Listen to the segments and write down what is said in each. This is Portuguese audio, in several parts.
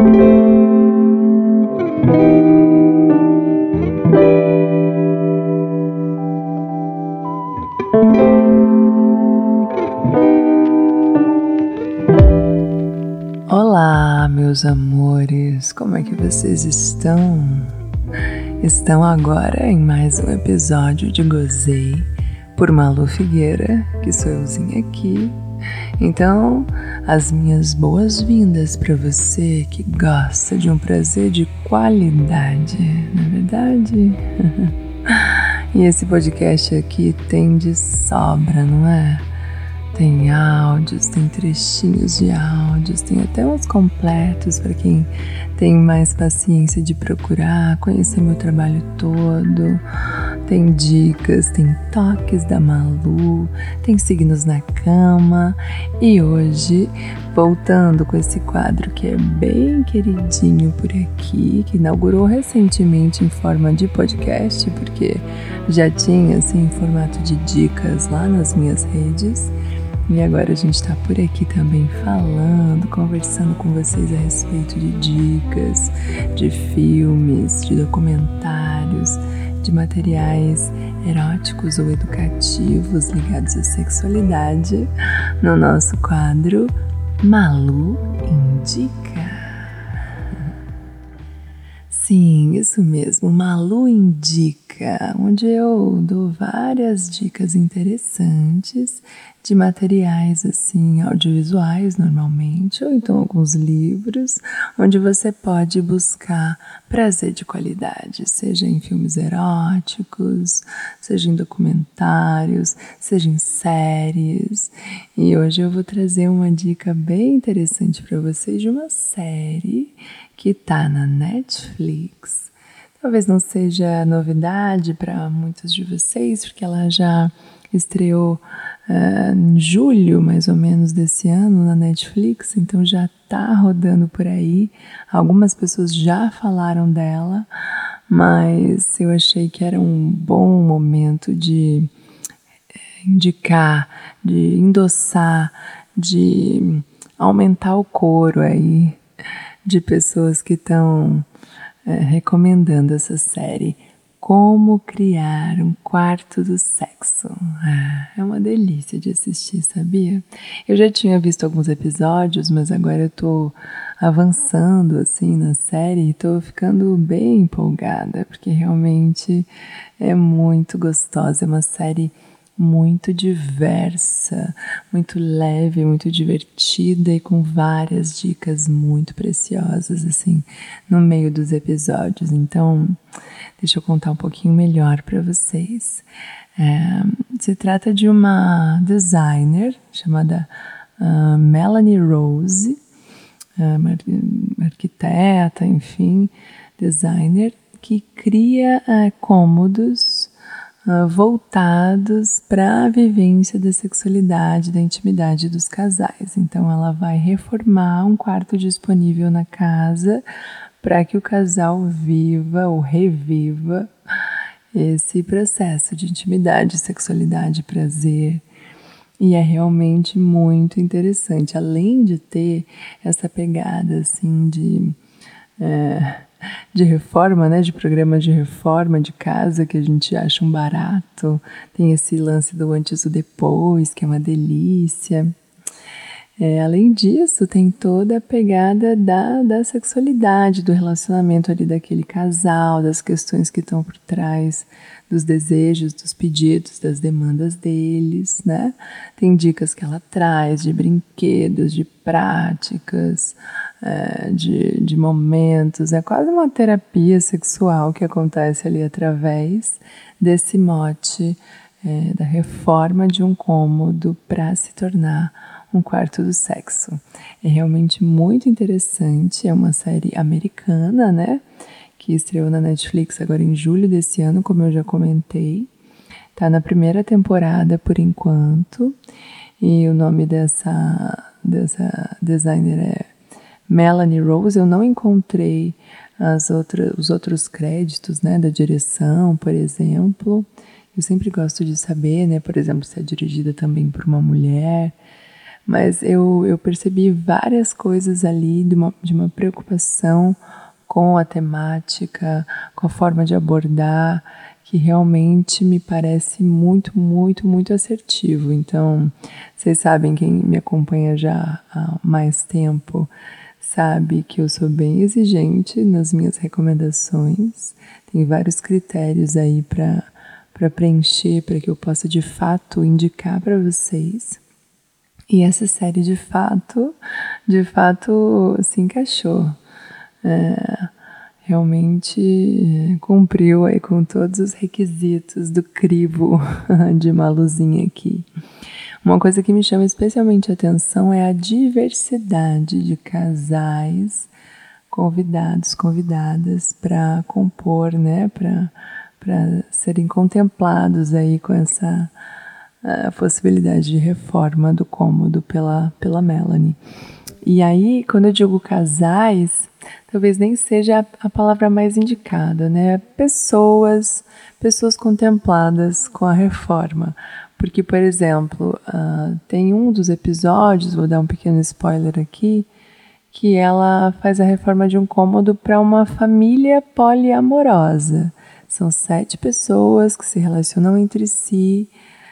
Olá, meus amores, como é que vocês estão? Estão agora em mais um episódio de Gozei por Malu Figueira, que sou euzinha aqui. Então, as minhas boas-vindas para você que gosta de um prazer de qualidade, não é verdade? E esse podcast aqui tem de sobra, não é? Tem áudios, tem trechinhos de áudios, tem até uns completos para quem tem mais paciência de procurar, conhecer meu trabalho todo. Tem dicas, tem toques da Malu, tem signos na cama. E hoje, voltando com esse quadro que é bem queridinho por aqui, que inaugurou recentemente em forma de podcast, porque já tinha assim em formato de dicas lá nas minhas redes. E agora a gente está por aqui também falando, conversando com vocês a respeito de dicas, de filmes, de documentários, de materiais eróticos ou educativos ligados à sexualidade no nosso quadro Malu Indica. Sim, isso mesmo, Malu Indica, onde eu dou várias dicas interessantes de materiais assim, audiovisuais normalmente, ou então alguns livros, onde você pode buscar prazer de qualidade, seja em filmes eróticos, seja em documentários, seja em séries. E hoje eu vou trazer uma dica bem interessante para vocês de uma série que tá na Netflix. Talvez não seja novidade para muitos de vocês, porque ela já estreou em julho, mais ou menos, desse ano na Netflix, então já tá rodando por aí. Algumas pessoas já falaram dela, mas eu achei que era um bom momento de indicar, de endossar, de aumentar o coro aí de pessoas que estão recomendando essa série. Como criar um quarto do sexo. É uma delícia de assistir, sabia? Eu já tinha visto alguns episódios, mas agora eu tô avançando assim na série e tô ficando bem empolgada, porque realmente é muito gostosa, é uma série muito diversa, muito leve, muito divertida e com várias dicas muito preciosas assim no meio dos episódios. Então, deixa eu contar um pouquinho melhor para vocês. Se trata de uma designer chamada Melanie Rose, uma arquiteta, enfim, designer, que cria cômodos voltados para a vivência da sexualidade, da intimidade dos casais. Então, ela vai reformar um quarto disponível na casa para que o casal viva ou reviva esse processo de intimidade, sexualidade, prazer. E é realmente muito interessante, além de ter essa pegada assim de reforma, né, de programa de reforma de casa que a gente acha um barato. Tem esse lance do antes e do depois, que é uma delícia. Além disso, tem toda a pegada da sexualidade, do relacionamento ali daquele casal, das questões que estão por trás dos desejos, dos pedidos, das demandas deles, né? Tem dicas que ela traz de brinquedos, de práticas, de momentos. É quase uma terapia sexual que acontece ali através desse mote da reforma de um cômodo para se tornar um quarto do sexo. É realmente muito interessante, é uma série americana, né? Que estreou na Netflix agora em julho desse ano, como eu já comentei. Tá na primeira temporada por enquanto, e o nome dessa designer é Melanie Rose. Eu não encontrei os outros créditos, né, da direção, por exemplo. Eu sempre gosto de saber, né, por exemplo, se é dirigida também por uma mulher. Mas eu percebi várias coisas ali de uma preocupação com a temática, com a forma de abordar, que realmente me parece muito, muito, muito assertivo. Então, vocês sabem, quem me acompanha já há mais tempo, sabe que eu sou bem exigente nas minhas recomendações. Tem vários critérios aí para preencher, para que eu possa de fato indicar para vocês. E essa série de fato se encaixou. Realmente cumpriu aí com todos os requisitos do crivo de Maluzinha aqui. Uma coisa que me chama especialmente a atenção é a diversidade de casais convidados, convidadas para compor, né, para serem contemplados aí com essa possibilidade de reforma do cômodo pela Melanie. E aí, quando eu digo casais, talvez nem seja a palavra mais indicada, né? Pessoas contempladas com a reforma. Porque, por exemplo, tem um dos episódios, vou dar um pequeno spoiler aqui, que ela faz a reforma de um cômodo para uma família poliamorosa. São 7 pessoas que se relacionam entre si,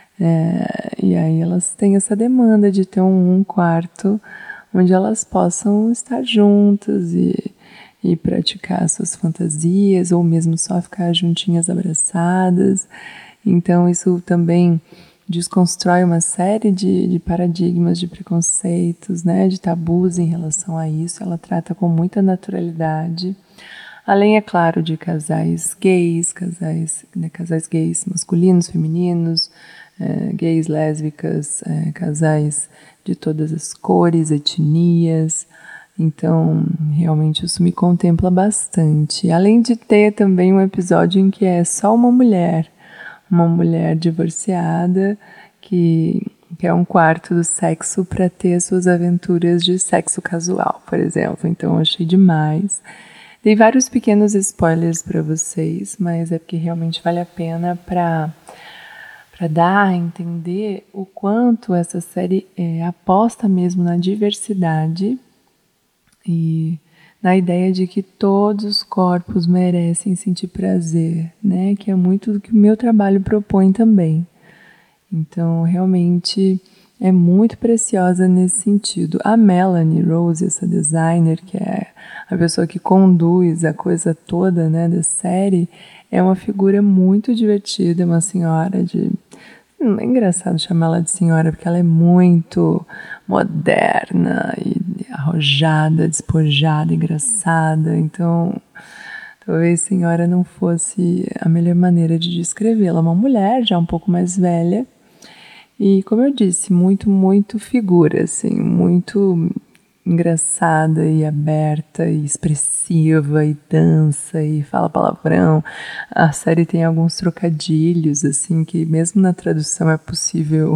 e aí elas têm essa demanda de ter um quarto onde elas possam estar juntas e praticar suas fantasias, ou mesmo só ficar juntinhas abraçadas. Então isso também desconstrói uma série de paradigmas, de preconceitos, né, de tabus em relação a isso. Ela trata com muita naturalidade. Além, é claro, de casais gays, casais gays masculinos, femininos, gays, lésbicas, casais de todas as cores, etnias. Então, realmente isso me contempla bastante. Além de ter também um episódio em que é só uma mulher divorciada que é um quarto do sexo para ter suas aventuras de sexo casual, por exemplo. Então, eu achei demais. Dei vários pequenos spoilers para vocês, mas é porque realmente vale a pena para dar a entender o quanto essa série aposta mesmo na diversidade e na ideia de que todos os corpos merecem sentir prazer, né? Que é muito do que o meu trabalho propõe também. Então, realmente é muito preciosa nesse sentido. A Melanie Rose, essa designer, que é a pessoa que conduz a coisa toda, né, da série, é uma figura muito divertida, uma senhora de... É engraçado chamar ela de senhora, porque ela é muito moderna e arrojada, despojada, engraçada. Então, talvez senhora não fosse a melhor maneira de descrevê-la. Uma mulher já um pouco mais velha e, como eu disse, muito, muito figura, assim, muito engraçada e aberta e expressiva e dança e fala palavrão. A série tem alguns trocadilhos, assim, que mesmo na tradução é possível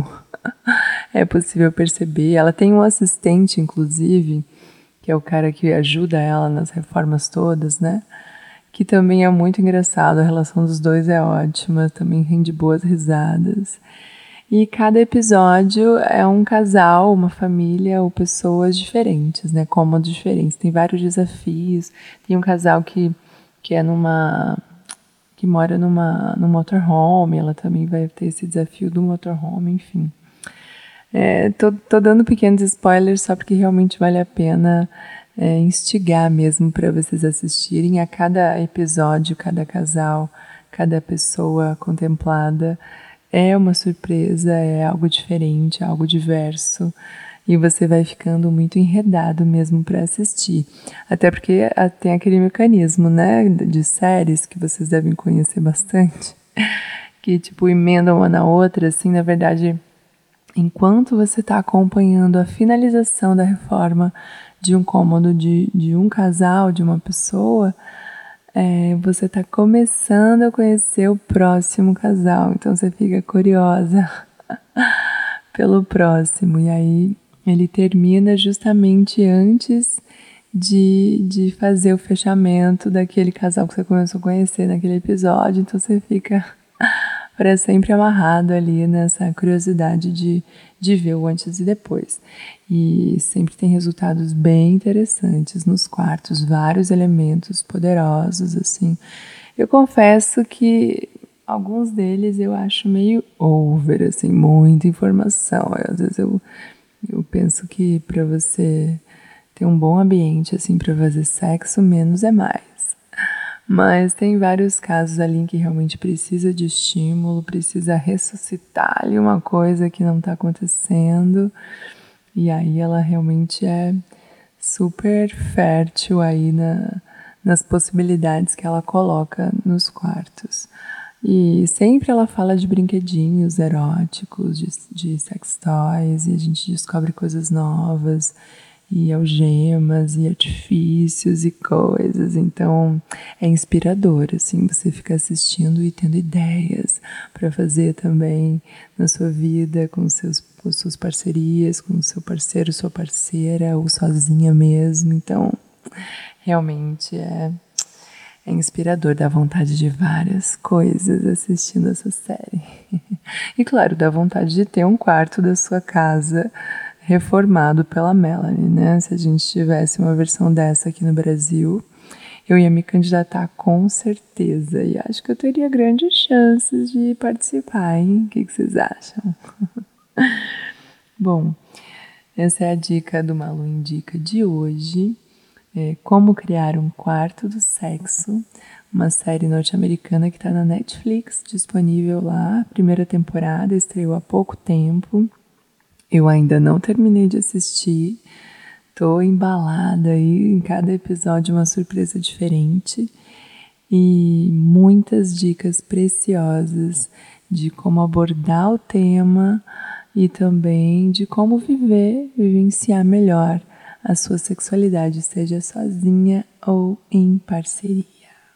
perceber. Ela tem um assistente, inclusive, que é o cara que ajuda ela nas reformas todas, né? Que também é muito engraçado, a relação dos dois é ótima, também rende boas risadas. E cada episódio é um casal, uma família ou pessoas diferentes, né? Cômodos diferentes. Tem vários desafios. Tem um casal que mora num motorhome, ela também vai ter esse desafio do motorhome, enfim. Tô dando pequenos spoilers só porque realmente vale a pena instigar mesmo para vocês assistirem a cada episódio, cada casal, cada pessoa contemplada. É uma surpresa, é algo diferente, algo diverso. E você vai ficando muito enredado mesmo para assistir. Até porque tem aquele mecanismo, né, de séries que vocês devem conhecer bastante, que tipo emendam uma na outra, assim, na verdade, enquanto você está acompanhando a finalização da reforma de um cômodo de um casal, de uma pessoa, você está começando a conhecer o próximo casal. Então você fica curiosa pelo próximo. E aí ele termina justamente antes de fazer o fechamento daquele casal que você começou a conhecer naquele episódio. Então você fica para sempre amarrado ali nessa curiosidade de ver o antes e depois. E sempre tem resultados bem interessantes nos quartos, vários elementos poderosos, assim. Eu confesso que alguns deles eu acho meio over, assim, muita informação. Às vezes eu penso que para você ter um bom ambiente, assim, para fazer sexo, menos é mais. Mas tem vários casos ali em que realmente precisa de estímulo, precisa ressuscitar ali uma coisa que não está acontecendo. E aí ela realmente é super fértil aí nas possibilidades que ela coloca nos quartos. E sempre ela fala de brinquedinhos eróticos, de sex toys, e a gente descobre coisas novas, e algemas, e artifícios, e coisas. Então, é inspirador, assim, você fica assistindo e tendo ideias para fazer também na sua vida, com suas parcerias, com o seu parceiro, sua parceira, ou sozinha mesmo. Então, realmente é inspirador, dá vontade de várias coisas assistindo essa série. E claro, dá vontade de ter um quarto da sua casa reformado pela Melanie, né? Se a gente tivesse uma versão dessa aqui no Brasil, eu ia me candidatar com certeza. E acho que eu teria grandes chances de participar, hein? O que vocês acham? Bom, essa é a dica do Malu Indica de hoje. Como Criar um Quarto do Sexo, uma série norte-americana que está na Netflix, disponível lá. A primeira temporada estreou há pouco tempo. Eu ainda não terminei de assistir. Tô embalada aí, em cada episódio uma surpresa diferente. E muitas dicas preciosas de como abordar o tema e também de como vivenciar melhor a sua sexualidade, seja sozinha ou em parceria.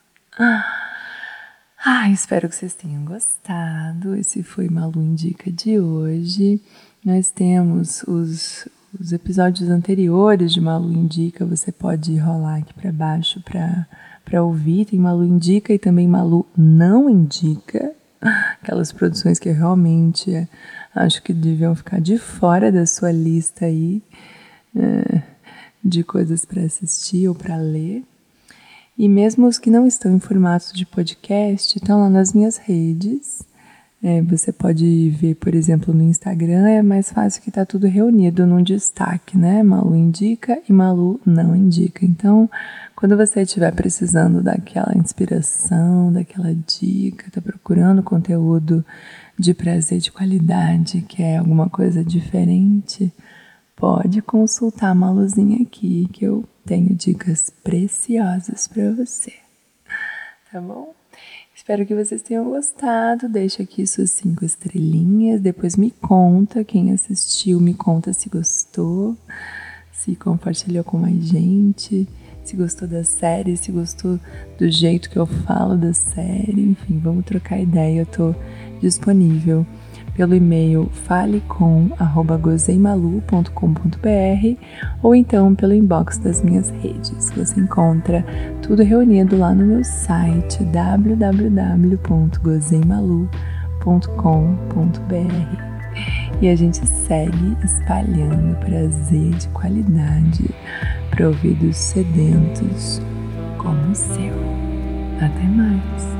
Espero que vocês tenham gostado. Esse foi Malu Indica de hoje. Nós temos os episódios anteriores de Malu Indica, você pode rolar aqui para baixo para ouvir. Tem Malu Indica e também Malu Não Indica, aquelas produções que eu realmente acho que deviam ficar de fora da sua lista aí de coisas para assistir ou para ler. E mesmo os que não estão em formato de podcast, estão lá nas minhas redes. Você pode ver, por exemplo, no Instagram, é mais fácil que está tudo reunido num destaque, né? Malu Indica e Malu Não Indica. Então, quando você estiver precisando daquela inspiração, daquela dica, está procurando conteúdo de prazer de qualidade, que é alguma coisa diferente, pode consultar a Maluzinha aqui, que eu tenho dicas preciosas para você. Tá bom? Espero que vocês tenham gostado. Deixa aqui suas 5 estrelinhas. Depois me conta, quem assistiu, me conta se gostou, se compartilhou com mais gente, se gostou da série, se gostou do jeito que eu falo da série. Enfim, vamos trocar ideia. Eu tô disponível pelo e-mail falecom@gozeimalu.com.br ou então pelo inbox das minhas redes. Você encontra tudo reunido lá no meu site www.gozeimalu.com.br. E a gente segue espalhando prazer de qualidade para ouvidos sedentos como o seu. Até mais!